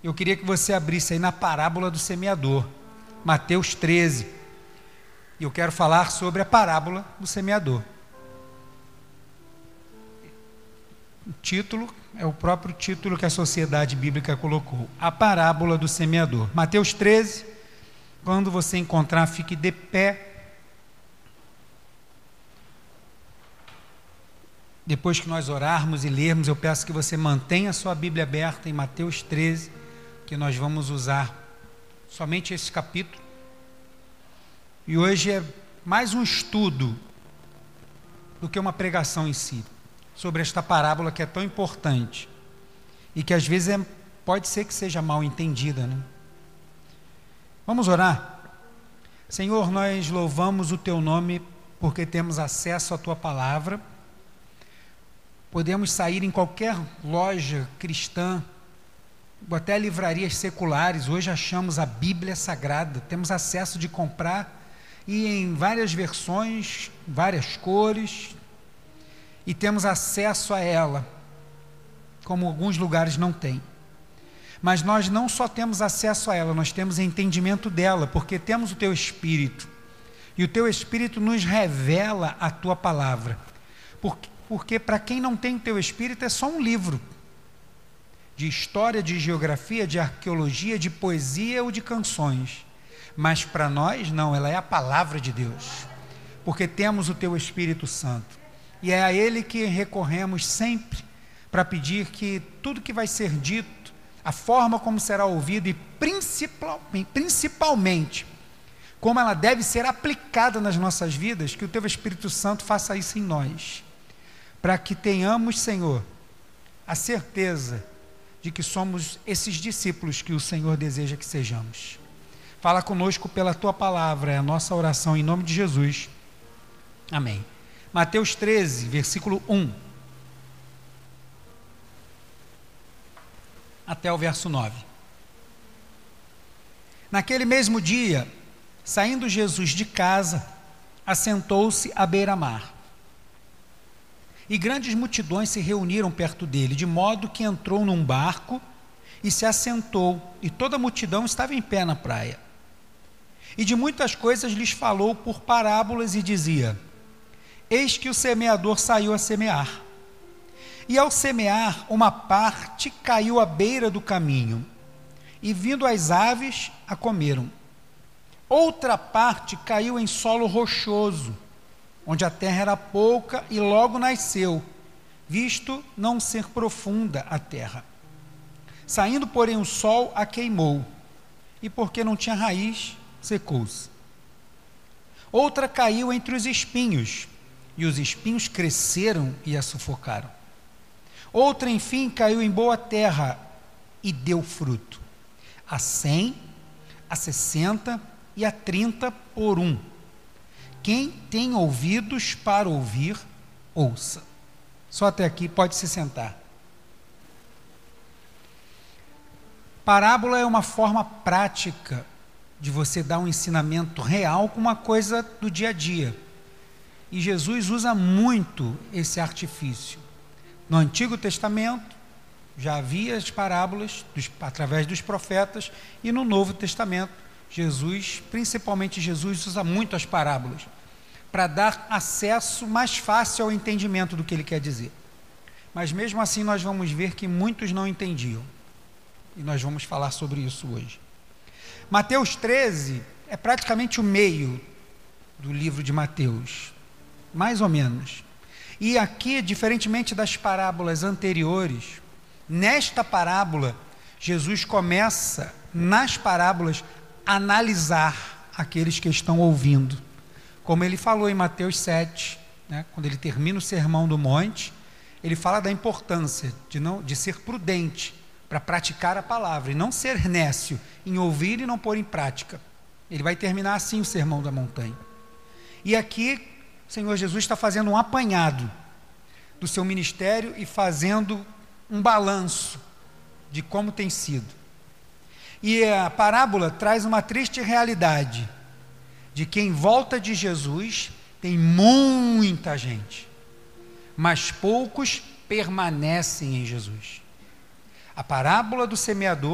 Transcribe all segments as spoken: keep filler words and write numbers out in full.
Eu queria que você abrisse aí na parábola do semeador, Mateus treze. E eu quero falar sobre a parábola do semeador. O título é o próprio título que a Sociedade Bíblica colocou, a parábola do semeador. Mateus treze, quando você encontrar, fique de pé. Depois que nós orarmos e lermos, eu peço que você mantenha a sua Bíblia aberta em Mateus treze, que nós vamos usar somente esse capítulo. E hoje é mais um estudo do que uma pregação em si, sobre esta parábola que é tão importante e que às vezes é, pode ser que seja mal entendida, né? Vamos orar? Senhor, nós louvamos o Teu nome porque temos acesso à Tua palavra. Podemos sair em qualquer loja cristã, ou até livrarias seculares. Hoje achamos a Bíblia Sagrada, temos acesso de comprar, e em várias versões, várias cores, e temos acesso a ela, como alguns lugares não têm. Mas nós não só temos acesso a ela, nós temos entendimento dela, porque temos o Teu Espírito, e o Teu Espírito nos revela a Tua palavra, porque, porque para quem não tem o Teu Espírito é só um livro, de história, de geografia, de arqueologia, de poesia ou de canções, mas para nós não, ela é a palavra de Deus, porque temos o Teu Espírito Santo, e é a Ele que recorremos sempre, para pedir que tudo que vai ser dito, a forma como será ouvido e principalmente, principalmente como ela deve ser aplicada nas nossas vidas, que o Teu Espírito Santo faça isso em nós, para que tenhamos, Senhor, a certeza de que somos esses discípulos que o Senhor deseja que sejamos. Fala conosco pela Tua palavra, é a nossa oração em nome de Jesus. Amém. Mateus treze, versículo um. Até o verso nove. Naquele mesmo dia, saindo Jesus de casa, assentou-se à beira-mar. E grandes multidões se reuniram perto dele, de modo que entrou num barco e se assentou, e toda a multidão estava em pé na praia. E de muitas coisas lhes falou por parábolas e dizia: eis que o semeador saiu a semear. E ao semear, uma parte caiu à beira do caminho, e vindo as aves, a comeram. Outra parte caiu em solo rochoso, onde a terra era pouca, e logo nasceu, visto não ser profunda a terra. Saindo, porém, o sol a queimou, e porque não tinha raiz, secou-se. Outra caiu entre os espinhos, e os espinhos cresceram e a sufocaram. Outra, enfim, caiu em boa terra e deu fruto, a cem, a sessenta e a trinta por um. Quem tem ouvidos para ouvir, ouça. Só até aqui, pode se sentar. Parábola é uma forma prática de você dar um ensinamento real com uma coisa do dia a dia. E Jesus usa muito esse artifício. No Antigo Testamento, já havia as parábolas dos, através dos profetas, e no Novo Testamento, Jesus, principalmente Jesus, usa muito as parábolas, para dar acesso mais fácil ao entendimento do que ele quer dizer. Mas mesmo assim nós vamos ver que muitos não entendiam, e nós vamos falar sobre isso hoje. Mateus treze é praticamente o meio do livro de Mateus, mais ou menos. E aqui, diferentemente das parábolas anteriores, nesta parábola, Jesus começa, nas parábolas, a analisar aqueles que estão ouvindo. Como ele falou em Mateus sete, né, quando ele termina o Sermão do Monte, ele fala da importância de, não, de ser prudente para praticar a palavra, e não ser nécio em ouvir e não pôr em prática. Ele vai terminar assim o Sermão da Montanha. E aqui, o Senhor Jesus está fazendo um apanhado do seu ministério e fazendo um balanço de como tem sido. E a parábola traz uma triste realidade, de que em volta de Jesus tem muita gente, mas poucos permanecem em Jesus. A parábola do semeador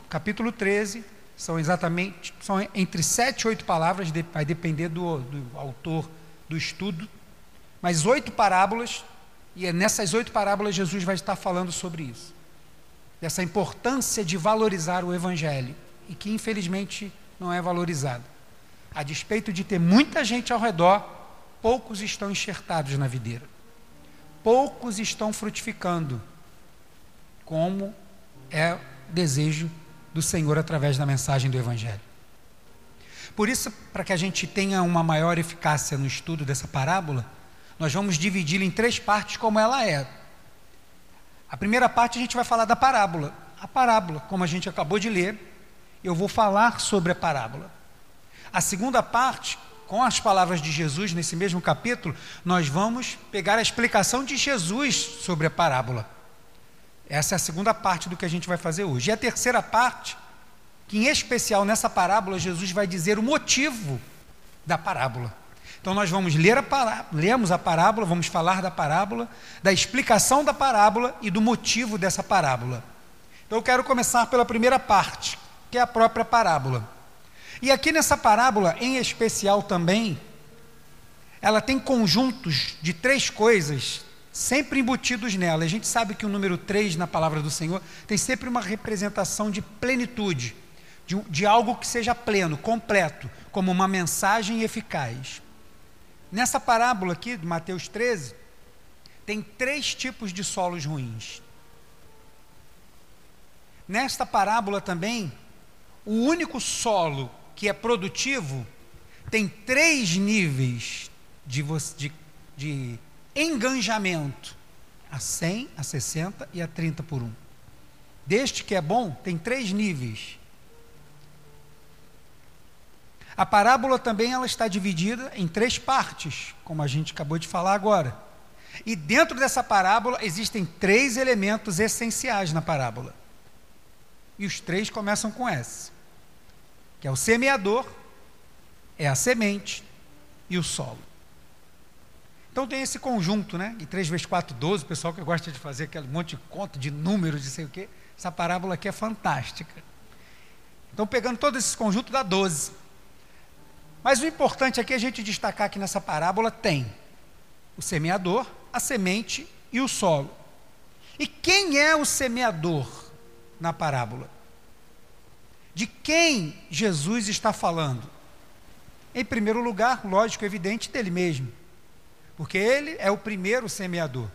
capítulo treze, são exatamente, são entre sete e oito palavras, vai depender do, do autor do estudo, mas oito parábolas, e é nessas oito parábolas Jesus vai estar falando sobre isso, dessa importância de valorizar o Evangelho, e que infelizmente não é valorizado. A despeito de ter muita gente ao redor, poucos estão enxertados na videira, poucos estão frutificando, como é o desejo do Senhor através da mensagem do Evangelho. Por isso, para que a gente tenha uma maior eficácia no estudo dessa parábola, nós vamos dividi-la em três partes como ela é. A primeira parte a gente vai falar da parábola. A parábola, como a gente acabou de ler, eu vou falar sobre a parábola. A segunda parte, com as palavras de Jesus nesse mesmo capítulo, nós vamos pegar a explicação de Jesus sobre a parábola. Essa é a segunda parte do que a gente vai fazer hoje. E a terceira parte, que em especial nessa parábola, Jesus vai dizer o motivo da parábola. Então nós vamos ler a parábola, lemos a parábola, vamos falar da parábola, da explicação da parábola e do motivo dessa parábola. Então eu quero começar pela primeira parte, que é a própria parábola. E aqui nessa parábola, em especial também, ela tem conjuntos de três coisas sempre embutidos nela. A gente sabe que o número três na palavra do Senhor tem sempre uma representação de plenitude, de, de algo que seja pleno, completo, como uma mensagem eficaz. Nessa parábola aqui, de Mateus treze, tem três tipos de solos ruins. Nesta parábola também, o único solo que é produtivo tem três níveis de, de, de enganjamento, a cem, a sessenta e a trinta por um. Deste que é bom, tem três níveis. A parábola também ela está dividida em três partes, como a gente acabou de falar agora. E dentro dessa parábola existem três elementos essenciais na parábola. E os três começam com S, que é o semeador, é a semente e o solo. Então tem esse conjunto, né? E três vezes quatro, doze, o pessoal que gosta de fazer aquele monte de conta de números, de sei o quê, essa parábola aqui é fantástica. Então pegando todo esse conjunto dá doze. Mas o importante aqui é a gente destacar que nessa parábola tem o semeador, a semente e o solo. E quem é o semeador na parábola? De quem Jesus está falando? Em primeiro lugar, lógico, evidente, dele mesmo. Porque ele é o primeiro semeador.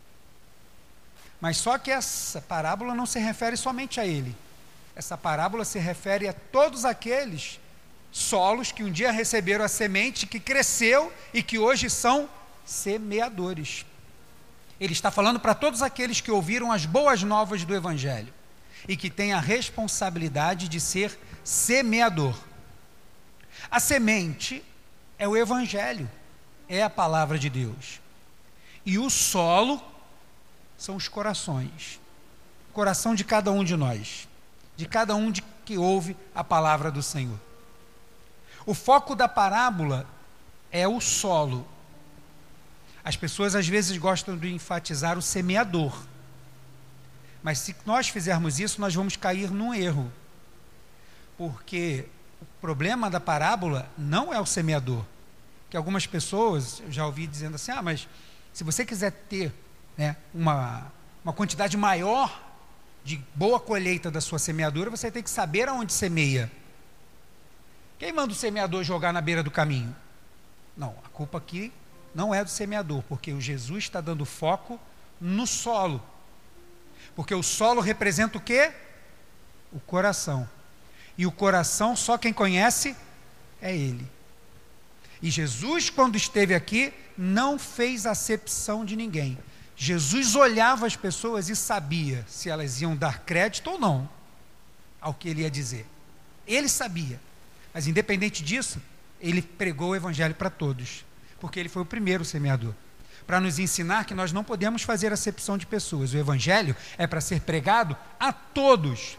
Mas só que essa parábola não se refere somente a ele. Essa parábola se refere a todos aqueles solos que um dia receberam a semente, que cresceu e que hoje são semeadores. Ele está falando para todos aqueles que ouviram as boas novas do Evangelho e que têm a responsabilidade de ser semeador. A semente é o Evangelho, é a palavra de Deus. E o solo são os corações. O coração de cada um de nós, de cada um de que ouve a palavra do Senhor. O foco da parábola é o solo. As pessoas às vezes gostam de enfatizar o semeador. Mas se nós fizermos isso, nós vamos cair num erro. Porque o problema da parábola não é o semeador. Que algumas pessoas, eu já ouvi dizendo assim, ah, mas se você quiser ter, né, uma, uma quantidade maior de boa colheita da sua semeadura, você tem que saber aonde semeia. Quem manda o semeador jogar na beira do caminho? Não, a culpa aqui não é do semeador, porque o Jesus está dando foco no solo. Porque o solo representa o quê? O coração. E o coração, só quem conhece é Ele. E Jesus, quando esteve aqui, não fez acepção de ninguém. Jesus olhava as pessoas e sabia se elas iam dar crédito ou não ao que ele ia dizer. Ele sabia. Mas independente disso, ele pregou o Evangelho para todos. Porque ele foi o primeiro semeador. Para nos ensinar que nós não podemos fazer acepção de pessoas. O Evangelho é para ser pregado a todos.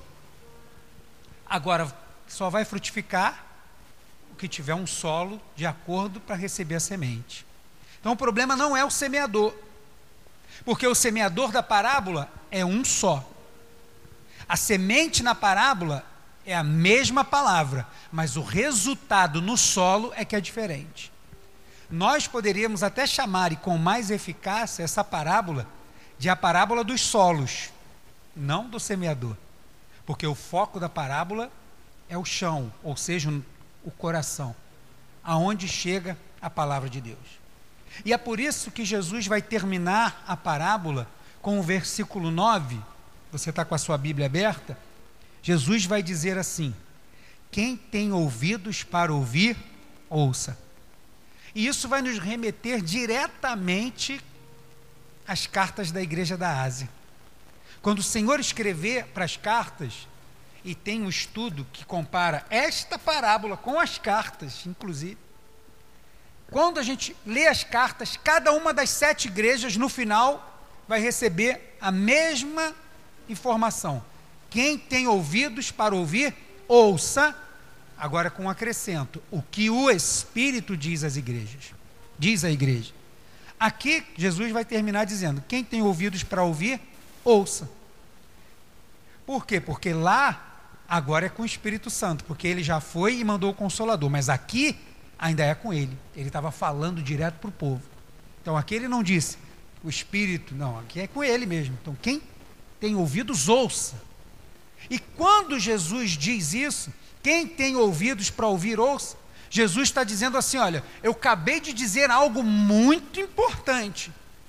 Agora, só vai frutificar o que tiver um solo de acordo para receber a semente. Então o problema não é o semeador. Porque o semeador da parábola é um só. A semente na parábola é a mesma palavra, mas o resultado no solo é que é diferente. Nós poderíamos até chamar, e com mais eficácia, essa parábola de a parábola dos solos, não do semeador. Porque o foco da parábola é o chão, ou seja, o coração, aonde chega a palavra de Deus. E é por isso que Jesus vai terminar a parábola com o versículo nove, você está com a sua Bíblia aberta? Jesus vai dizer assim: quem tem ouvidos para ouvir, ouça. E isso vai nos remeter diretamente às cartas da igreja da Ásia. Quando o Senhor escrever para as cartas, e tem um estudo que compara esta parábola com as cartas, inclusive, quando a gente lê as cartas, cada uma das sete igrejas, no final, vai receber a mesma informação. Quem tem ouvidos para ouvir, ouça, agora com um acrescento, o que o Espírito diz às igrejas, diz à igreja. Aqui, Jesus vai terminar dizendo, quem tem ouvidos para ouvir, ouça. Por quê? Porque lá, agora é com o Espírito Santo, porque ele já foi e mandou o Consolador, mas aqui, ainda é com ele, ele estava falando direto para o povo. Então aqui ele não disse, o Espírito, não, aqui é com ele mesmo. Então quem tem ouvidos, ouça. E quando Jesus diz isso, quem tem ouvidos para ouvir, ouça, Jesus está dizendo assim, olha, eu acabei de dizer algo muito importante.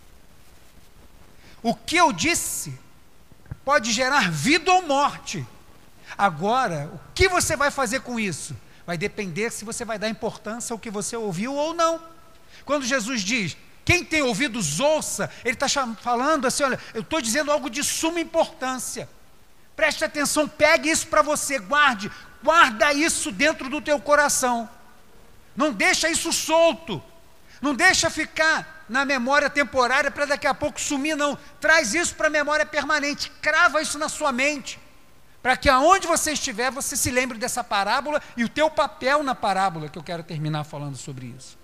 O que eu disse pode gerar vida ou morte. Agora, o que você vai fazer com isso? Vai depender se você vai dar importância ao que você ouviu ou não. Quando Jesus diz, quem tem ouvidos ouça, ele está falando assim, olha, eu estou dizendo algo de suma importância. Preste atenção, pegue isso para você, guarde, guarda isso dentro do teu coração. Não deixa isso solto. Não deixa ficar na memória temporária para daqui a pouco sumir, não. Traz isso para a memória permanente, crava isso na sua mente, para que aonde você estiver, você se lembre dessa parábola e o teu papel na parábola, que eu quero terminar falando sobre isso.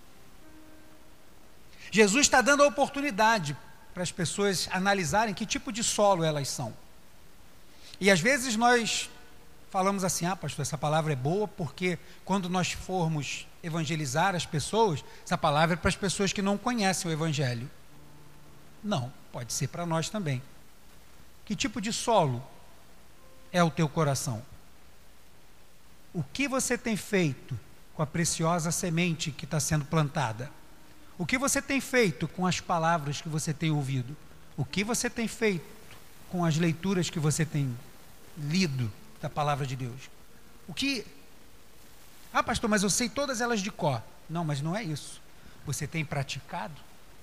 Jesus está dando a oportunidade para as pessoas analisarem que tipo de solo elas são. E às vezes nós falamos assim, ah pastor, essa palavra é boa porque quando nós formos evangelizar as pessoas, essa palavra é para as pessoas que não conhecem o Evangelho. Não, pode ser para nós também. Que tipo de solo é o teu coração? O que você tem feito com a preciosa semente que está sendo plantada? O que você tem feito com as palavras que você tem ouvido? O que você tem feito com as leituras que você tem lido da palavra de Deus? O que... Ah, pastor, mas eu sei todas elas de cor. Não, mas não é isso. Você tem praticado?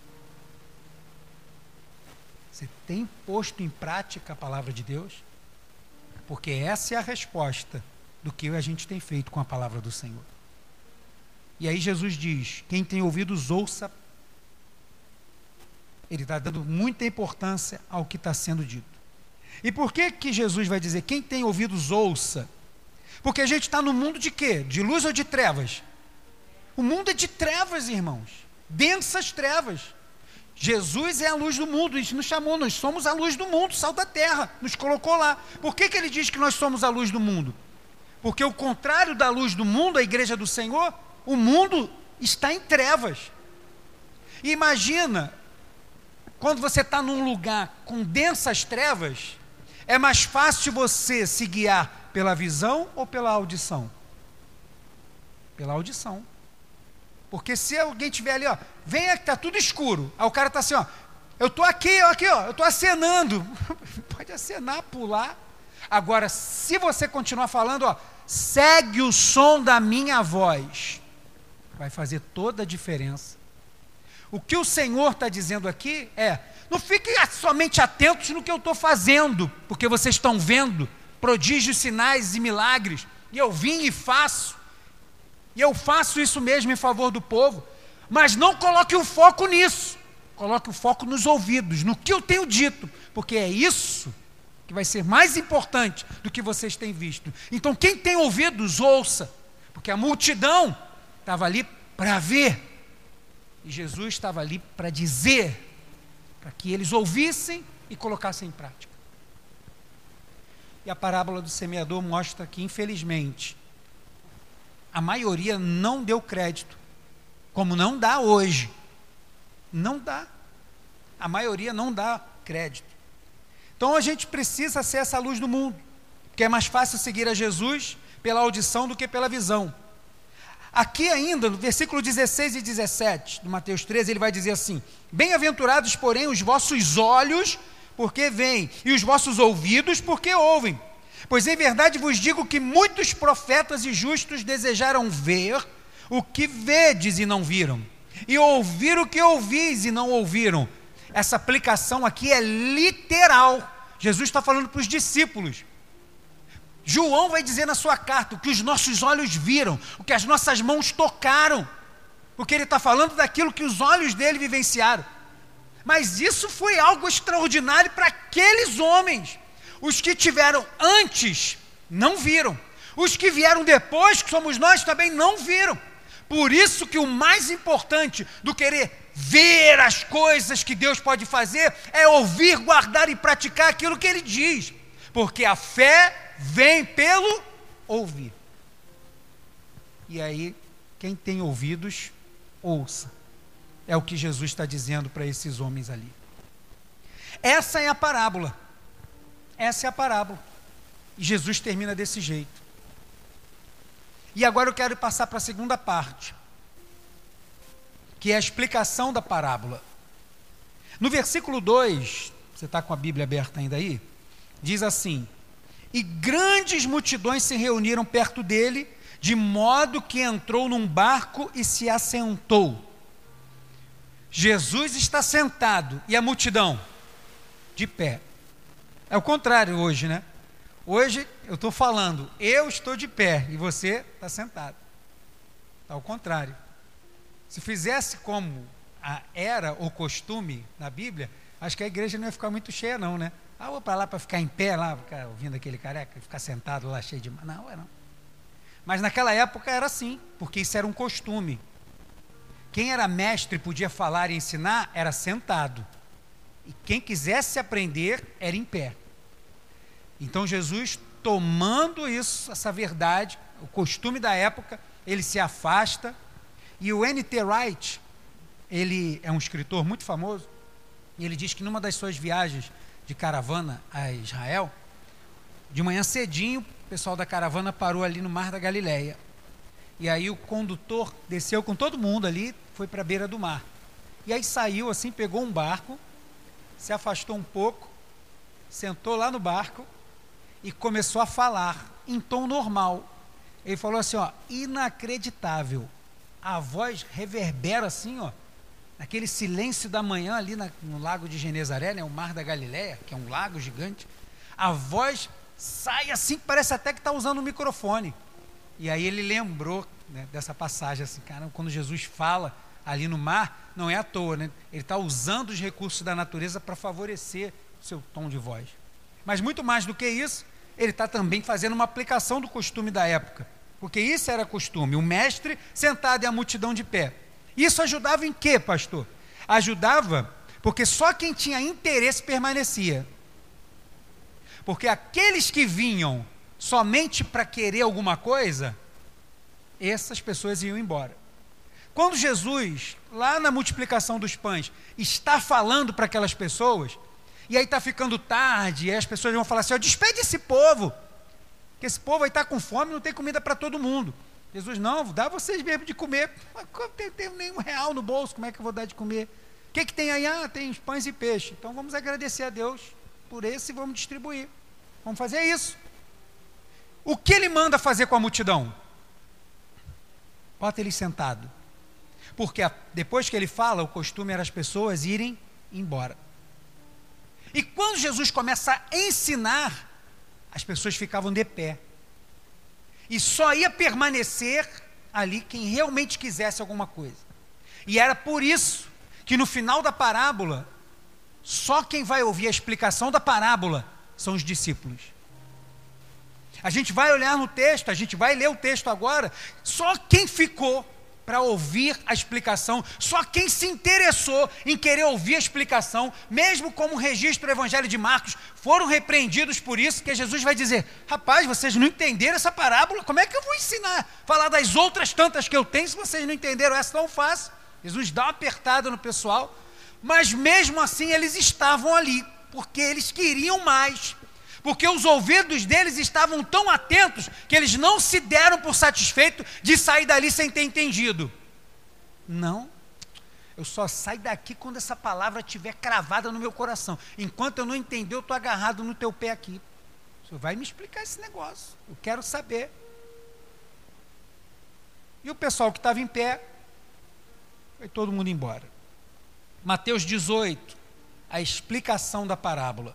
Você tem posto em prática a palavra de Deus? Porque essa é a resposta do que a gente tem feito com a palavra do Senhor. E aí Jesus diz, quem tem ouvidos, ouça. Ele está dando muita importância ao que está sendo dito. E por que que Jesus vai dizer, quem tem ouvidos, ouça? Porque a gente está no mundo de quê? De luz ou de trevas? O mundo é de trevas, irmãos. Densas trevas. Jesus é a luz do mundo, ele nos chamou, nós somos a luz do mundo, sal da terra, nos colocou lá. Por que que ele diz que nós somos a luz do mundo? Porque o contrário da luz do mundo, a igreja do Senhor, o mundo está em trevas. E imagina, quando você está num lugar com densas trevas, é mais fácil você se guiar pela visão ou pela audição? Pela audição. Porque se alguém estiver ali, ó, vem aqui, está tudo escuro. Aí o cara está assim, ó, eu estou aqui, ó, aqui, ó, eu estou acenando. Pode acenar, pular. Agora, se você continuar falando, ó, segue o som da minha voz, vai fazer toda a diferença. O que o Senhor está dizendo aqui é, não fiquem somente atentos no que eu estou fazendo, porque vocês estão vendo prodígios, sinais e milagres, e eu vim e faço, e eu faço isso mesmo em favor do povo, mas não coloque o foco nisso, coloque o foco nos ouvidos, no que eu tenho dito, porque é isso que vai ser mais importante do que vocês têm visto. Então quem tem ouvidos, ouça, porque a multidão estava ali para ver, e Jesus estava ali para dizer, para que eles ouvissem e colocassem em prática. E a parábola do semeador mostra que, infelizmente, a maioria não deu crédito, como não dá hoje. Não dá. A maioria não dá crédito. Então a gente precisa ser essa luz do mundo, porque é mais fácil seguir a Jesus pela audição do que pela visão. Aqui ainda, no versículo dezesseis e dezessete, do Mateus treze, ele vai dizer assim: bem-aventurados, porém, os vossos olhos, porque veem, e os vossos ouvidos, porque ouvem. Pois em verdade vos digo que muitos profetas e justos desejaram ver o que vedes e não viram, e ouvir o que ouvis e não ouviram. Essa aplicação aqui é literal. Jesus está falando para os discípulos. João vai dizer na sua carta o que os nossos olhos viram, o que as nossas mãos tocaram, porque ele está falando daquilo que os olhos dele vivenciaram. Mas isso foi algo extraordinário para aqueles homens. Os que tiveram antes não viram, os que vieram depois, que somos nós, também não viram. Por isso que o mais importante do querer ver as coisas que Deus pode fazer é ouvir, guardar e praticar aquilo que ele diz, porque a fé vem pelo ouvir. E aí, quem tem ouvidos, ouça. É o que Jesus está dizendo para esses homens ali. Essa é a parábola. Essa é a parábola. E Jesus termina desse jeito. E agora eu quero passar para a segunda parte, que é a explicação da parábola. No versículo dois, você está com a Bíblia aberta ainda aí? Diz assim: e grandes multidões se reuniram perto dele, de modo que entrou num barco e se assentou. Jesus está sentado e a multidão de pé. É o contrário hoje, né? Hoje eu estou falando, eu estou de pé e você está sentado. Está ao contrário. Se fizesse como a era ou costume na Bíblia, acho que a igreja não ia ficar muito cheia não, né? Ah, vou para lá para ficar em pé lá, ficar ouvindo aquele careca, ficar sentado lá cheio de... Não, é não. Mas naquela época era assim, porque isso era um costume. Quem era mestre e podia falar e ensinar, era sentado. E quem quisesse aprender, era em pé. Então Jesus, tomando isso, essa verdade, o costume da época, ele se afasta. E o N T Wright, ele é um escritor muito famoso, e ele diz que numa das suas viagens de caravana a Israel, de manhã cedinho, o pessoal da caravana parou ali no Mar da Galileia. E aí o condutor desceu com todo mundo ali, foi para a beira do mar. E aí saiu assim, pegou um barco, se afastou um pouco, sentou lá no barco e começou a falar em tom normal. Ele falou assim, ó, inacreditável. A voz reverbera assim, ó, naquele silêncio da manhã ali na, no lago de Genezaré, né, o Mar da Galileia, que é um lago gigante. A voz sai assim, parece até que está usando o microfone. E aí ele lembrou, né, dessa passagem, assim, cara, quando Jesus fala ali no mar, não é à toa, né? Ele está usando os recursos da natureza para favorecer o seu tom de voz. Mas muito mais do que isso, ele está também fazendo uma aplicação do costume da época, porque isso era costume, o mestre sentado e a multidão de pé. Isso ajudava em quê, pastor? Ajudava porque só quem tinha interesse permanecia. Porque aqueles que vinham somente para querer alguma coisa, essas pessoas iam embora. Quando Jesus, lá na multiplicação dos pães, está falando para aquelas pessoas, e aí está ficando tarde, e aí as pessoas vão falar assim, ó, despede esse povo, que esse povo vai estar com fome, não tem comida para todo mundo. Jesus, não, dá vocês mesmo de comer. Não tem, tem nenhum real no bolso, como é que eu vou dar de comer? O que, que tem aí? Ah, tem pães e peixe. Então vamos agradecer a Deus por esse e vamos distribuir. Vamos fazer isso. O que ele manda fazer com a multidão? Bota ele sentado. Porque a, depois que ele fala, o costume era as pessoas irem embora. E quando Jesus começa a ensinar, as pessoas ficavam de pé. E só ia permanecer ali quem realmente quisesse alguma coisa. E era por isso que no final da parábola, só quem vai ouvir a explicação da parábola são os discípulos. A gente vai olhar no texto, a gente vai ler o texto agora, só quem ficou para ouvir a explicação. Só quem se interessou em querer ouvir a explicação, mesmo como registro do Evangelho de Marcos, foram repreendidos por isso, que Jesus vai dizer: rapaz, vocês não entenderam essa parábola, como é que eu vou ensinar? Falar das outras tantas que eu tenho, se vocês não entenderam essa, tão fácil. Jesus dá uma apertada no pessoal, mas mesmo assim eles estavam ali, porque eles queriam mais. Porque os ouvidos deles estavam tão atentos que eles não se deram por satisfeito de sair dali sem ter entendido. Não, eu só saio daqui quando essa palavra estiver cravada no meu coração. Enquanto eu não entender, eu estou agarrado no teu pé aqui. O senhor vai me explicar esse negócio, eu quero saber. E o pessoal que estava em pé, foi todo mundo embora. Mateus dezoito, a explicação da parábola.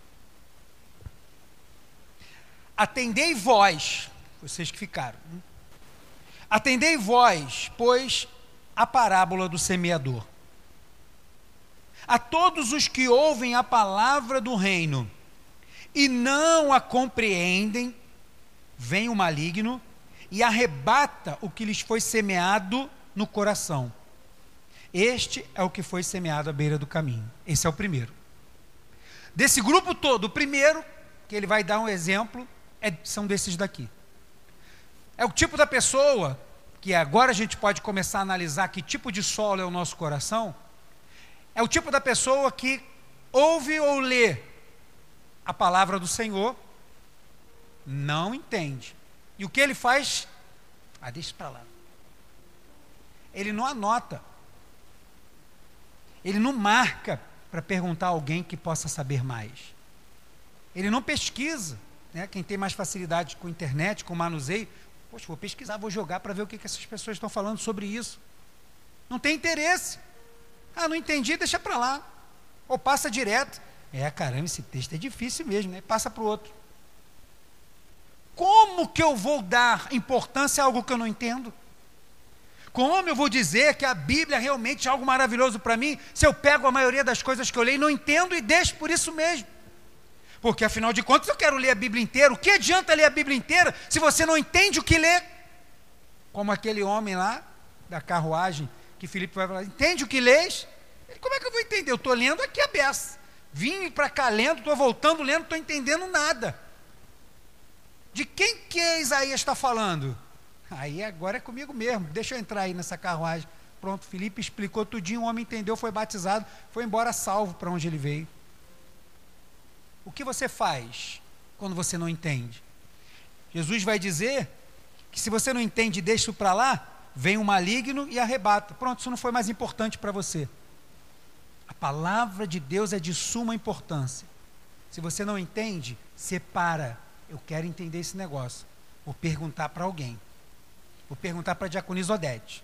Atendei vós, vocês que ficaram, hein? Atendei vós, pois, a parábola do semeador. A todos os que ouvem a palavra do reino e não a compreendem, vem o maligno e arrebata o que lhes foi semeado no coração. Este é o que foi semeado à beira do caminho. Esse é o primeiro. Desse grupo todo, o primeiro, que ele vai dar um exemplo, É, são desses daqui. É o tipo da pessoa que agora a gente pode começar a analisar que tipo de solo é o nosso coração. É o tipo da pessoa que ouve ou lê a palavra do Senhor, não entende. E o que ele faz? Ah, deixa para lá. Ele não anota. Ele não marca para perguntar a alguém que possa saber mais. Ele não pesquisa. Né? Quem tem mais facilidade com a internet, com o manuseio, poxa, vou pesquisar, vou jogar para ver o que, que essas pessoas estão falando sobre isso. Não tem interesse. Ah, não entendi, deixa para lá. Ou passa direto. É, caramba, esse texto é difícil mesmo, né? Passa para o outro. Como que eu vou dar importância a algo que eu não entendo? Como eu vou dizer que a Bíblia realmente é algo maravilhoso para mim, se eu pego a maioria das coisas que eu leio e não entendo e deixo por isso mesmo? Porque, afinal de contas, eu quero ler a Bíblia inteira. O que adianta ler a Bíblia inteira se você não entende o que lê? Como aquele homem lá, da carruagem, que Filipe vai falar: entende o que lês? Ele: como é que eu vou entender? Eu estou lendo aqui a beça. Vim para cá lendo, estou voltando lendo, não estou entendendo nada. De quem que Isaías está falando? Aí agora é comigo mesmo, deixa eu entrar aí nessa carruagem. Pronto, Filipe explicou tudinho, o homem entendeu, foi batizado, foi embora salvo para onde ele veio. O que você faz quando você não entende? Jesus vai dizer que se você não entende, deixa isso para lá, vem um maligno e arrebata. Pronto, isso não foi mais importante para você. A palavra de Deus é de suma importância. Se você não entende, separa. Eu quero entender esse negócio. Vou perguntar para alguém. Vou perguntar para a diaconisa Odete.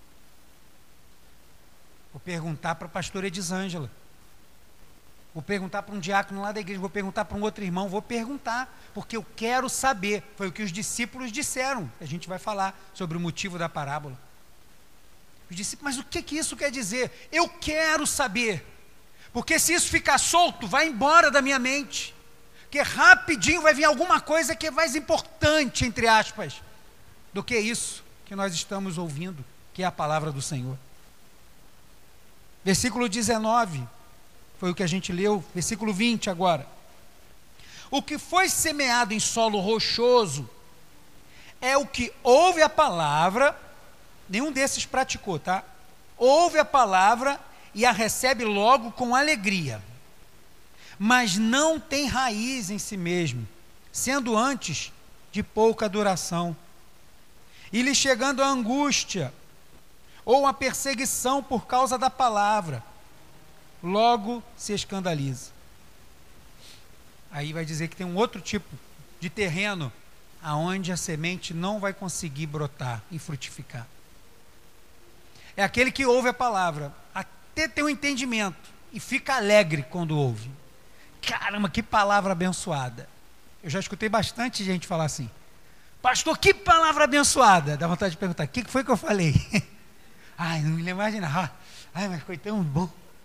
Vou perguntar para a pastora Edisângela. Vou perguntar para um diácono lá da igreja, vou perguntar para um outro irmão, vou perguntar, porque eu quero saber. Foi o que os discípulos disseram. A gente vai falar sobre o motivo da parábola. Os discípulos: mas o que, que isso quer dizer? Eu quero saber. Porque se isso ficar solto, vai embora da minha mente. Porque rapidinho vai vir alguma coisa que é mais importante, entre aspas, do que isso que nós estamos ouvindo, que é a palavra do Senhor. Versículo dezenove. Foi o que a gente leu, versículo vinte agora. O que foi semeado em solo rochoso é o que ouve a palavra, nenhum desses praticou, tá? Ouve a palavra e a recebe logo com alegria, mas não tem raiz em si mesmo, sendo antes de pouca duração, e lhe chegando a angústia ou a perseguição por causa da palavra, logo se escandaliza. Aí vai dizer que tem um outro tipo de terreno aonde a semente não vai conseguir brotar e frutificar. É aquele que ouve a palavra, até ter um entendimento e fica alegre quando ouve. Caramba, que palavra abençoada. Eu já escutei bastante gente falar assim: pastor, que palavra abençoada. Dá vontade de perguntar: o que foi que eu falei? Ai, não me imaginava. Ai, mas foi tão bom.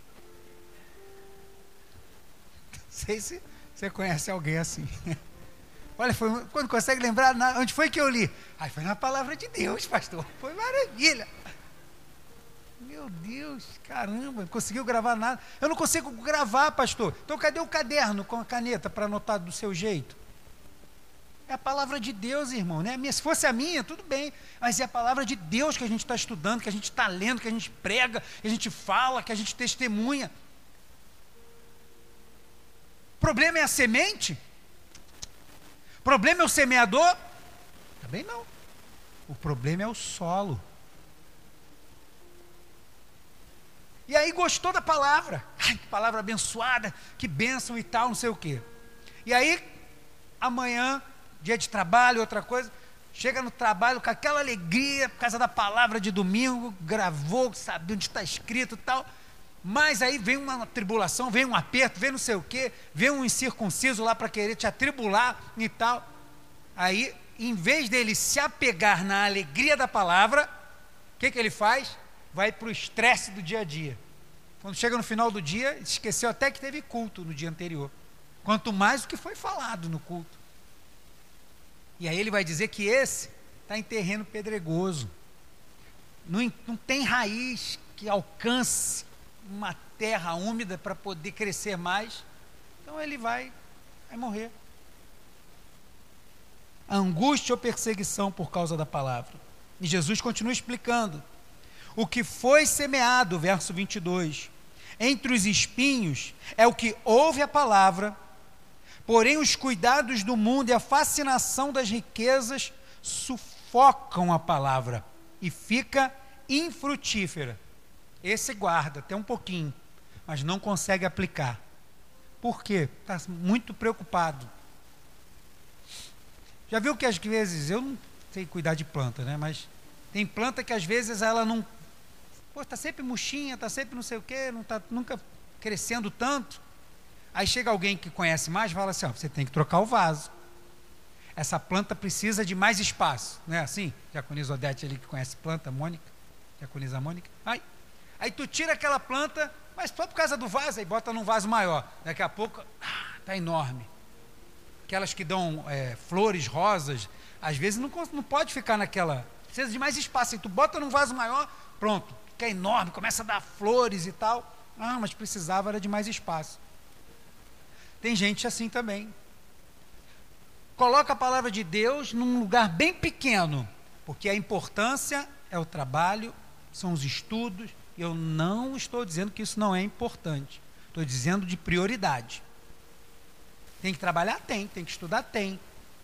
Não sei se você conhece alguém assim. Olha, foi, quando consegue lembrar, na, onde foi que eu li? Ai, foi na palavra de Deus, pastor. Foi maravilha. Meu Deus, caramba, não conseguiu gravar nada. Eu não consigo gravar, pastor. Então cadê o caderno com a caneta para anotar do seu jeito? É a palavra de Deus, irmão, né? Se fosse a minha, tudo bem. Mas é a palavra de Deus que a gente está estudando, que a gente está lendo, que a gente prega, que a gente fala, que a gente testemunha. O problema é a semente? O problema é o semeador? Também não. O problema é o solo. E aí gostou da palavra. Ai, que palavra abençoada, que bênção e tal, não sei o quê. E aí, amanhã, dia de trabalho, outra coisa, chega no trabalho com aquela alegria, por causa da palavra de domingo, gravou, sabe onde está escrito e tal. Mas aí vem uma tribulação, vem um aperto, vem não sei o quê, vem um incircunciso lá para querer te atribular e tal. Aí, em vez dele se apegar na alegria da palavra, o que, que ele faz? Vai para o estresse do dia a dia. Quando chega no final do dia, esqueceu até que teve culto no dia anterior. Quanto mais o que foi falado no culto. E aí ele vai dizer que esse está em terreno pedregoso. Não, não tem raiz que alcance uma terra úmida para poder crescer mais. Então ele vai, vai morrer. Angústia ou perseguição por causa da palavra. E Jesus continua explicando. O que foi semeado, verso vinte e dois, entre os espinhos é o que ouve a palavra, porém os cuidados do mundo e a fascinação das riquezas sufocam a palavra e fica infrutífera. Esse guarda até um pouquinho, mas não consegue aplicar. Por quê? Está muito preocupado. Já viu que às vezes, eu não sei cuidar de planta, né? Mas tem planta que às vezes ela não... Pô, está sempre murchinha, está sempre não sei o quê, não está nunca crescendo tanto. Aí chega alguém que conhece mais e fala assim, ó, você tem que trocar o vaso. Essa planta precisa de mais espaço, não é assim? Diaconisa Odete ali que conhece planta, Mônica, Diaconisa Mônica. Aí, aí tu tira aquela planta, mas só por causa do vaso, aí bota num vaso maior. Daqui a pouco, está ah, enorme. Aquelas que dão é, flores, rosas, às vezes não, não pode ficar naquela, precisa de mais espaço. Aí tu bota num vaso maior, pronto, fica enorme, começa a dar flores e tal. Ah, mas precisava era de mais espaço. Tem gente assim também. Coloca a palavra de Deus num lugar bem pequeno, porque a importância é o trabalho, são os estudos. Eu não estou dizendo que isso não é importante. Estou dizendo de prioridade. Tem que trabalhar? Tem. Tem que estudar? Tem.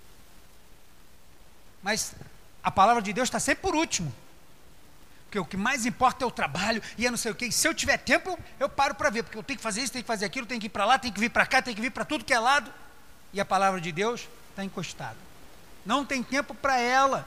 Mas a palavra de Deus está sempre por último. Porque o que mais importa é o trabalho e é não sei o quê. E se eu tiver tempo, eu, eu paro para ver, porque eu tenho que fazer isso, tenho que fazer aquilo, tenho que ir para lá, tenho que vir para cá, tenho que vir para tudo que é lado. E a palavra de Deus está encostada. Não tem tempo para ela.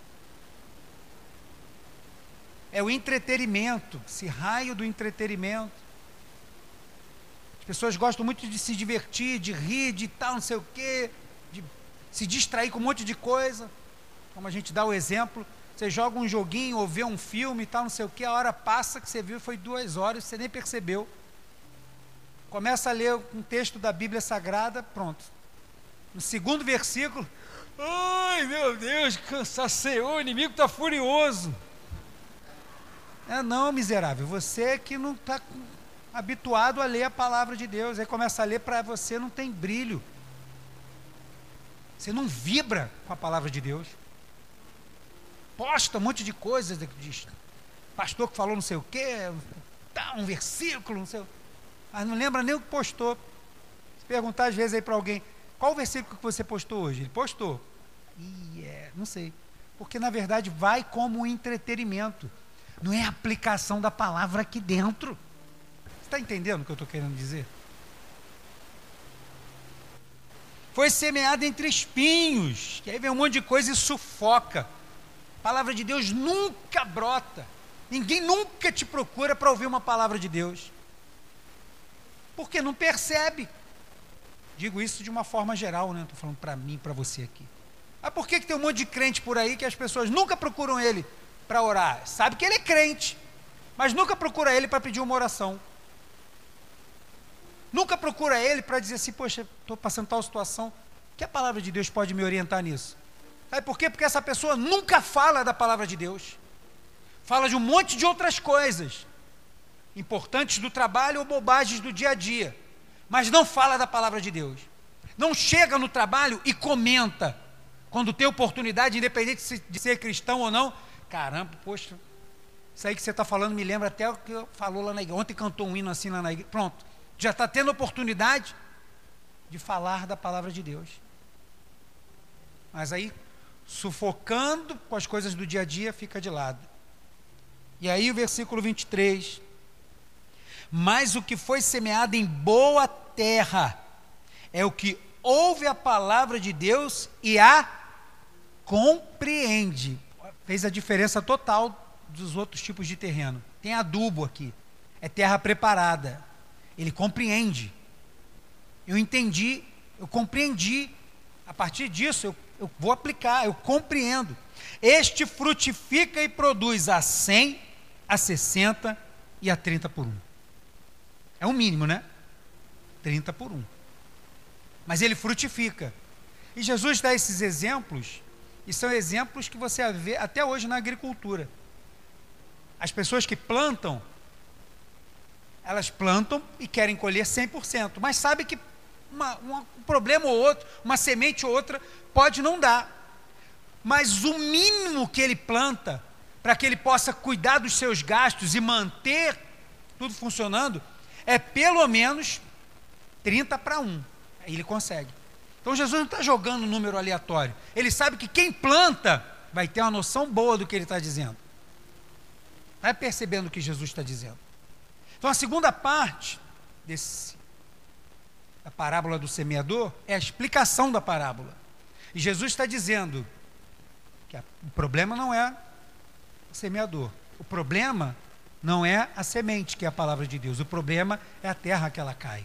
É o entretenimento, esse raio do entretenimento. As pessoas gostam muito de se divertir, de rir, de tal, não sei o quê, de se distrair com um monte de coisa. Como a gente dá o exemplo, você joga um joguinho ou vê um filme e tal, não sei o quê, a hora passa que você viu foi duas horas, você nem percebeu. Começa a ler um texto da Bíblia Sagrada, pronto. No segundo versículo, ai meu Deus, cansaceou, o inimigo está furioso. É, não, miserável, você que não está habituado a ler a palavra de Deus, aí começa a ler, para você não tem brilho. Você não vibra com a palavra de Deus. Posta um monte de coisas, de pastor que falou não sei o quê, tá, um versículo, não sei, mas não lembra nem o que postou. Se perguntar às vezes aí para alguém, qual o versículo que você postou hoje? Ele postou. E é, não sei. Porque na verdade vai como um entretenimento. Não é a aplicação da palavra aqui dentro. Você está entendendo o que eu estou querendo dizer? Foi semeado entre espinhos, que aí vem um monte de coisa e sufoca. A palavra de Deus nunca brota. Ninguém nunca te procura para ouvir uma palavra de Deus. Porque não percebe. Digo isso de uma forma geral, né? Estou falando para mim, para você aqui. Ah, por que, que tem um monte de crente por aí que as pessoas nunca procuram ele para orar? Sabe que ele é crente, mas nunca procura ele para pedir uma oração. Nunca procura ele para dizer assim, poxa, estou passando tal situação, que a palavra de Deus pode me orientar nisso? Sabe por quê? Porque essa pessoa nunca fala da palavra de Deus. fala de um monte de outras coisas, importantes do trabalho ou bobagens do dia a dia, mas não fala da palavra de Deus. Não chega no trabalho e comenta, quando tem oportunidade, independente de ser cristão ou não. Caramba, poxa, isso aí que você está falando me lembra até o que eu falou lá na igreja. Ontem cantou um hino assim lá na igreja. Pronto, já está tendo oportunidade de falar da palavra de Deus. Mas aí, sufocando com as coisas do dia a dia, fica de lado. E aí o versículo vinte e três. Mas o que foi semeado em boa terra é o que ouve a palavra de Deus e a compreende. Fez a diferença total dos outros tipos de terreno. Tem adubo aqui, é terra preparada. Ele compreende. Eu entendi, eu compreendi. A partir disso eu, eu vou aplicar, eu compreendo. Este frutifica e produz a cem, a sessenta e a trinta por um. É o mínimo, né? trinta por um. Mas ele frutifica. E Jesus dá esses exemplos, e são exemplos que você vê até hoje na agricultura. As pessoas que plantam, elas plantam e querem colher cem por cento, mas sabe que uma, uma, um problema ou outro, uma semente ou outra, pode não dar. Mas o mínimo que ele planta, para que ele possa cuidar dos seus gastos e manter tudo funcionando, é pelo menos trinta para um. Aí ele consegue. Então Jesus não está jogando um número aleatório. Ele sabe que quem planta vai ter uma noção boa do que ele está dizendo. Vai percebendo o que Jesus está dizendo. Então a segunda parte desse, da parábola do semeador é a explicação da parábola. E Jesus está dizendo que a, o problema não é o semeador. O problema não é a semente, que é a palavra de Deus. O problema é a terra que ela cai.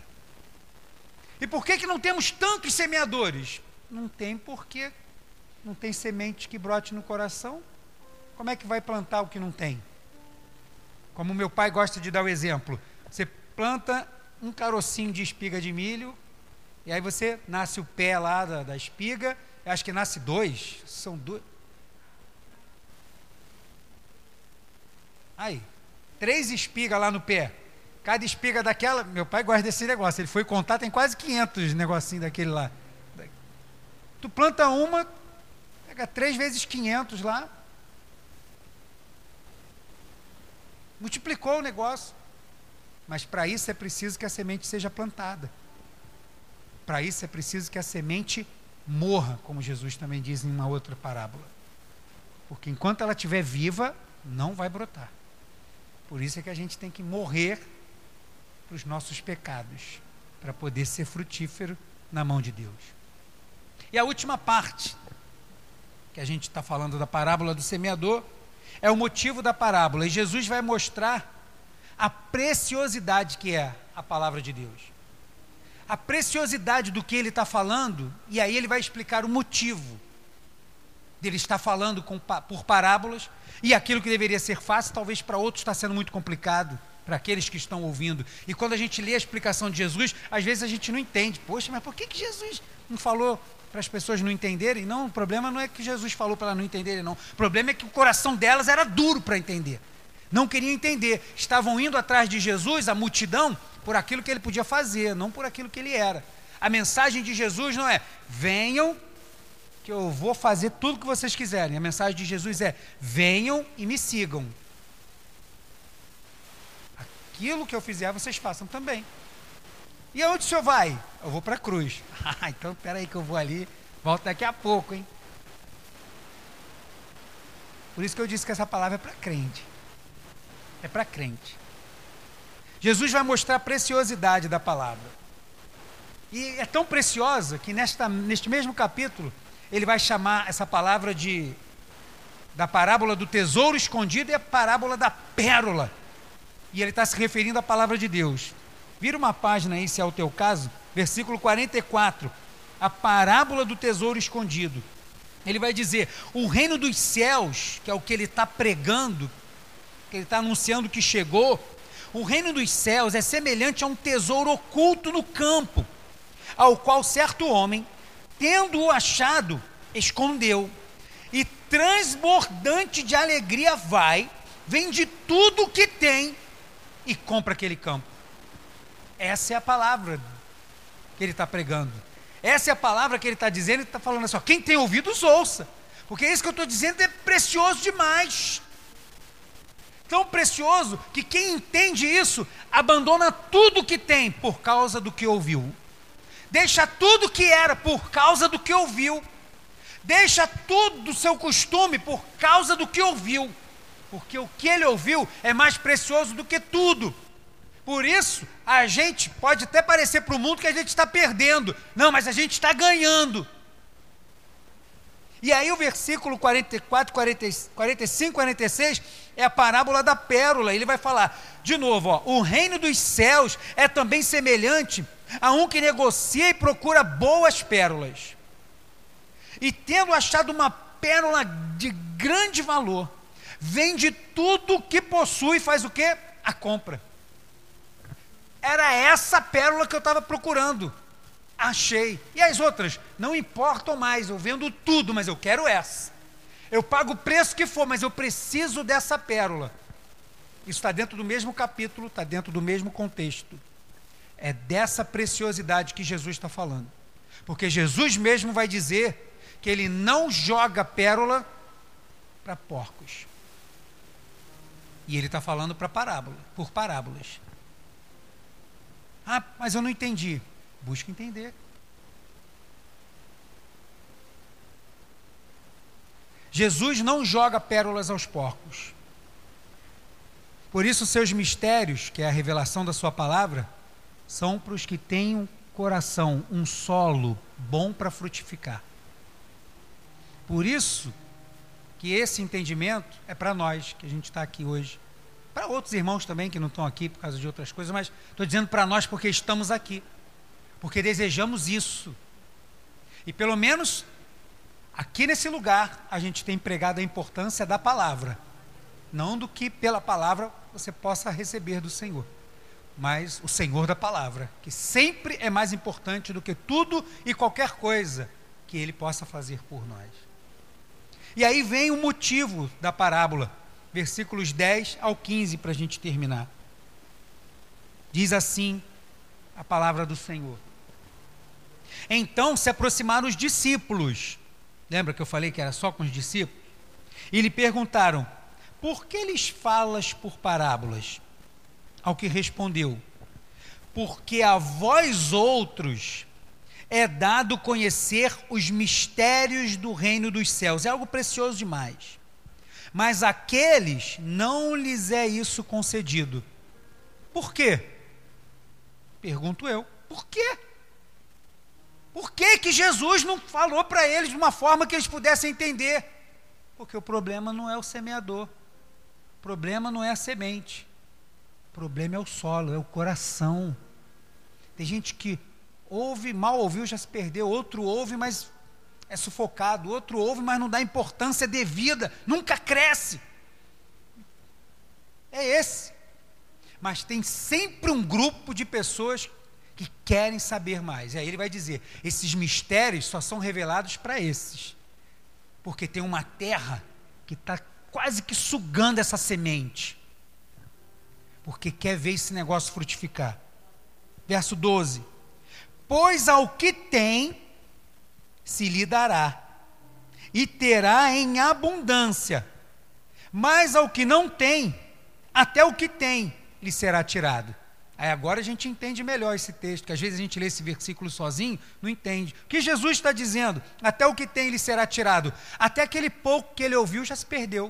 E por que que não temos tantos semeadores? Não tem, porque não tem semente que brote no coração. Como é que vai plantar o que não tem? Como meu pai gosta de dar o exemplo, você planta um carocinho de espiga de milho, e aí você nasce o pé lá da, da espiga, eu acho que nasce dois, são dois. Aí, três espigas lá no pé. Cada espiga daquela, meu pai gosta desse negócio, ele foi contar, tem quase quinhentos negocinhos daquele lá. Tu planta uma, pega três vezes quinhentos lá, multiplicou o negócio. Mas para isso é preciso que a semente seja plantada. Para isso é preciso que a semente morra, como Jesus também diz em uma outra parábola. Porque enquanto ela estiver viva, não vai brotar. Por isso é que a gente tem que morrer para os nossos pecados, para poder ser frutífero na mão de Deus. E a última parte, que a gente está falando da parábola do semeador, é o motivo da parábola. E Jesus vai mostrar a preciosidade que é a palavra de Deus. A preciosidade do que ele está falando, e aí ele vai explicar o motivo dele estar falando com, por parábolas, e aquilo que deveria ser fácil, talvez para outros está sendo muito complicado, para aqueles que estão ouvindo. E quando a gente lê a explicação de Jesus, às vezes a gente não entende. Poxa, mas por que que Jesus não falou para as pessoas não entenderem? Não, o problema não é que Jesus falou para elas não entenderem, não. O problema é que o coração delas era duro para entender. Não queriam entender. Estavam indo atrás de Jesus, a multidão, por aquilo que ele podia fazer, não por aquilo que ele era. A mensagem de Jesus não é: venham que eu vou fazer tudo o que vocês quiserem. A mensagem de Jesus é: venham e me sigam. Aquilo que eu fizer, vocês façam também. E aonde o senhor vai? Eu vou para a cruz. Ah, então espera aí que eu vou ali, volto daqui a pouco, hein? Por isso que eu disse que essa palavra é para crente. É para crente. Jesus vai mostrar a preciosidade da palavra. E é tão preciosa que nesta, neste mesmo capítulo, ele vai chamar essa palavra de da parábola do tesouro escondido e a parábola da pérola. E ele está se referindo à palavra de Deus. Vira uma página aí, se é o teu caso, versículo quarenta e quatro, a parábola do tesouro escondido. Ele vai dizer: o reino dos céus, que é o que ele está pregando, que ele está anunciando que chegou, o reino dos céus é semelhante a um tesouro oculto no campo, ao qual certo homem, tendo-o achado, escondeu, e transbordante de alegria vai vende tudo o que tem e compra aquele campo. Essa é a palavra que ele está pregando. Essa é a palavra que ele está dizendo. Ele está falando assim, ó, quem tem ouvidos, ouça. Porque isso que eu estou dizendo é precioso demais. Tão precioso que quem entende isso, abandona tudo que tem por causa do que ouviu. Deixa tudo que era por causa do que ouviu. Deixa tudo do seu costume por causa do que ouviu. Porque o que ele ouviu é mais precioso do que tudo. Por isso, a gente pode até parecer para o mundo que a gente está perdendo. Não, mas a gente está ganhando. E aí o versículo quarenta e quatro, quarenta, quarenta e cinco, quarenta e seis é a parábola da pérola. Ele vai falar, de novo, ó, o reino dos céus é também semelhante a um que negocia e procura boas pérolas. E tendo achado uma pérola de grande valor, vende tudo o que possui e faz o quê? A compra. Era essa pérola que eu estava procurando. Achei. E as outras? Não importam mais, eu vendo tudo, mas eu quero essa. Eu pago o preço que for, mas eu preciso dessa pérola. Isso está dentro do mesmo capítulo, está dentro do mesmo contexto. É dessa preciosidade que Jesus está falando. Porque Jesus mesmo vai dizer que ele não joga pérola para porcos. E ele está falando para parábola, por parábolas. Ah, mas eu não entendi. Busca entender. Jesus não joga pérolas aos porcos. Por isso, seus mistérios, que é a revelação da sua palavra, são para os que têm um coração, um solo bom para frutificar. Por isso que esse entendimento é para nós, que a gente está aqui hoje. Para outros irmãos também que não estão aqui por causa de outras coisas, mas estou dizendo para nós porque estamos aqui. Porque desejamos isso. E pelo menos aqui nesse lugar a gente tem pregado a importância da palavra. Não do que pela palavra você possa receber do Senhor, mas o Senhor da palavra, que sempre é mais importante do que tudo e qualquer coisa que Ele possa fazer por nós. E aí vem o motivo da parábola, versículos dez ao quinze, para a gente terminar. Diz assim a palavra do Senhor. Então se aproximaram os discípulos. Lembra que eu falei que era só com os discípulos? E lhe perguntaram, por que lhes falas por parábolas? Ao que respondeu, porque a vós outros é dado conhecer os mistérios do reino dos céus. É algo precioso demais. Mas àqueles não lhes é isso concedido. Por quê? Pergunto eu, por quê? Por que que Jesus não falou para eles de uma forma que eles pudessem entender? Porque o problema não é o semeador, o problema não é a semente, o problema é o solo, é o coração. Tem gente que ouve, mal ouviu, já se perdeu, outro ouve, mas é sufocado, outro ouve, mas não dá importância devida, nunca cresce. É esse. Mas tem sempre um grupo de pessoas que querem saber mais. E aí ele vai dizer, esses mistérios só são revelados para esses, porque tem uma terra que está quase que sugando essa semente, porque quer ver esse negócio frutificar. Verso doze, pois ao que tem se lhe dará, e terá em abundância, mas ao que não tem, até o que tem lhe será tirado. Aí agora a gente entende melhor esse texto, que às vezes a gente lê esse versículo sozinho, não entende. O que Jesus está dizendo? Até o que tem lhe será tirado. Até aquele pouco que ele ouviu já se perdeu.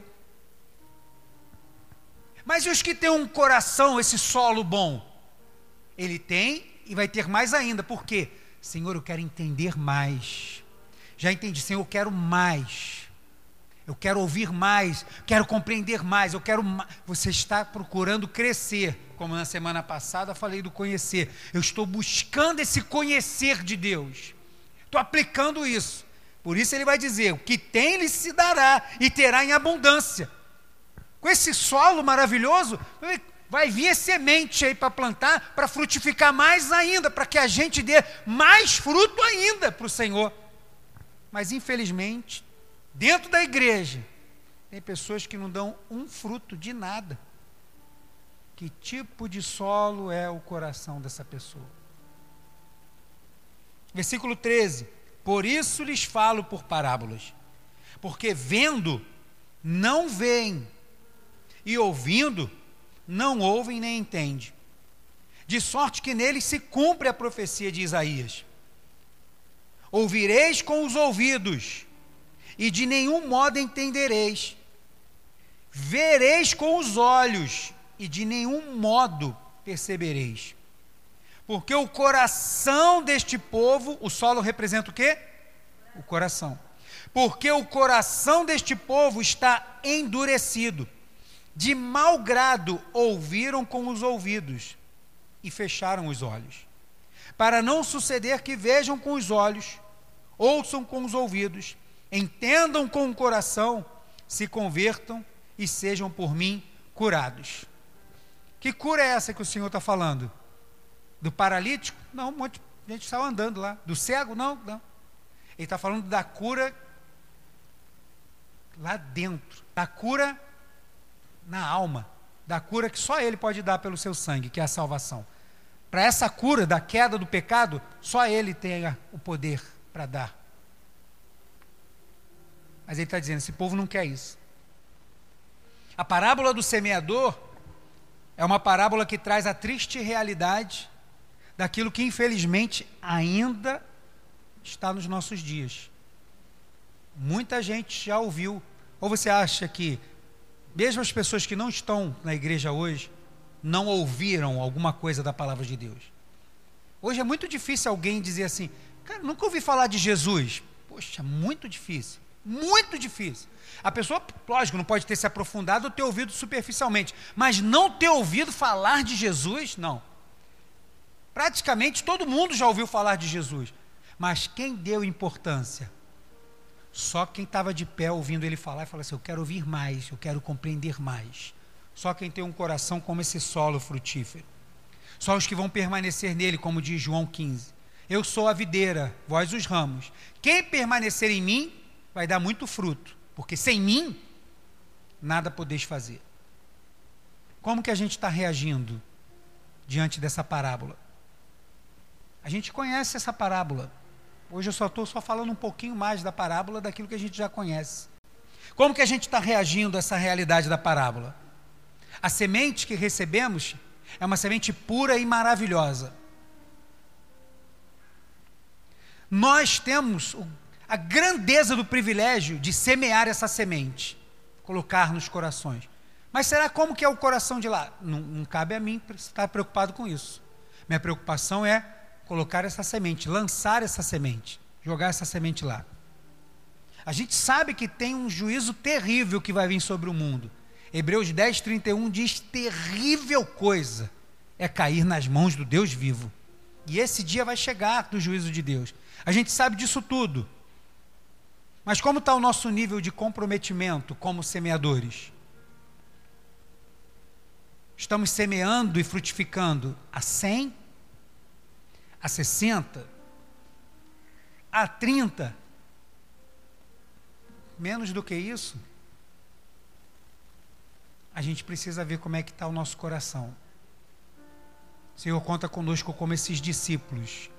Mas e os que têm um coração, esse solo bom? Ele tem e vai ter mais ainda. Por quê? Senhor, eu quero entender mais. Já entendi, Senhor, eu quero mais. Eu quero ouvir mais, quero compreender mais, eu quero mais. Você está procurando crescer, como na semana passada falei do conhecer. Eu estou buscando esse conhecer de Deus. Estou aplicando isso. Por isso ele vai dizer, o que tem lhe se dará e terá em abundância. Com esse solo maravilhoso, vai vir semente aí para plantar, para frutificar mais ainda, para que a gente dê mais fruto ainda para o Senhor. Mas infelizmente, dentro da igreja, Tem pessoas que não dão um fruto de nada. Que tipo de solo é o coração dessa pessoa? Versículo treze. Por isso lhes falo por parábolas, porque vendo, não veem, e ouvindo, não ouvem nem entendem. De sorte que neles se cumpre a profecia de Isaías. Ouvireis com os ouvidos, e de nenhum modo entendereis. Vereis com os olhos, e de nenhum modo percebereis. Porque o coração deste povo, o solo representa o quê? O coração. Porque o coração deste povo está endurecido. De mau grado ouviram com os ouvidos e fecharam os olhos. Para não suceder que vejam com os olhos, ouçam com os ouvidos, entendam com o coração, se convertam e sejam por mim curados. Que cura é essa que o Senhor está falando? Do paralítico? Não, um monte de gente estava andando lá. Do cego? Não, não. Ele está falando da cura lá dentro. Da cura na alma. Da cura que só Ele pode dar pelo seu sangue, que é a salvação. Para essa cura da queda do pecado, só Ele tem o poder para dar. Mas Ele está dizendo, esse povo não quer isso. A parábola do semeador é uma parábola que traz a triste realidade daquilo que infelizmente ainda está nos nossos dias. Muita gente já ouviu, ou você acha que mesmo as pessoas que não estão na igreja hoje não ouviram alguma coisa da palavra de Deus? Hoje é muito difícil alguém dizer assim, cara, nunca ouvi falar de Jesus. Poxa, muito difícil, muito difícil. A pessoa, lógico, não pode ter se aprofundado ou ter ouvido superficialmente, mas não ter ouvido falar de Jesus, não. Praticamente todo mundo já ouviu falar de Jesus, mas quem deu importância? Só quem estava de pé ouvindo ele falar e falou assim, eu quero ouvir mais, eu quero compreender mais. Só quem tem um coração como esse solo frutífero. Só os que vão permanecer nele, como diz João quinze. Eu sou a videira, vós os ramos. Quem permanecer em mim vai dar muito fruto, porque sem mim nada podeis fazer. Como que a gente está reagindo diante dessa parábola? A gente conhece essa parábola. Hoje eu só estou só falando um pouquinho mais da parábola daquilo que a gente já conhece. Como que a gente está reagindo a essa realidade da parábola? A semente que recebemos é uma semente pura e maravilhosa. Nós temos a grandeza do privilégio de semear essa semente, colocar nos corações. Mas será como que é o coração de lá? Não, não cabe a mim estar preocupado com isso. Minha preocupação é colocar essa semente, lançar essa semente, jogar essa semente lá. A gente sabe que tem um juízo terrível que vai vir sobre o mundo. Hebreus dez, trinta e um diz, terrível coisa é cair nas mãos do Deus vivo. E esse dia vai chegar do juízo de Deus. A gente sabe disso tudo. Mas como está o nosso nível de comprometimento como semeadores? Estamos semeando e frutificando a cem, a sessenta, a trinta, menos do que isso? A gente precisa ver como é que está o nosso coração. O Senhor conta conosco como esses discípulos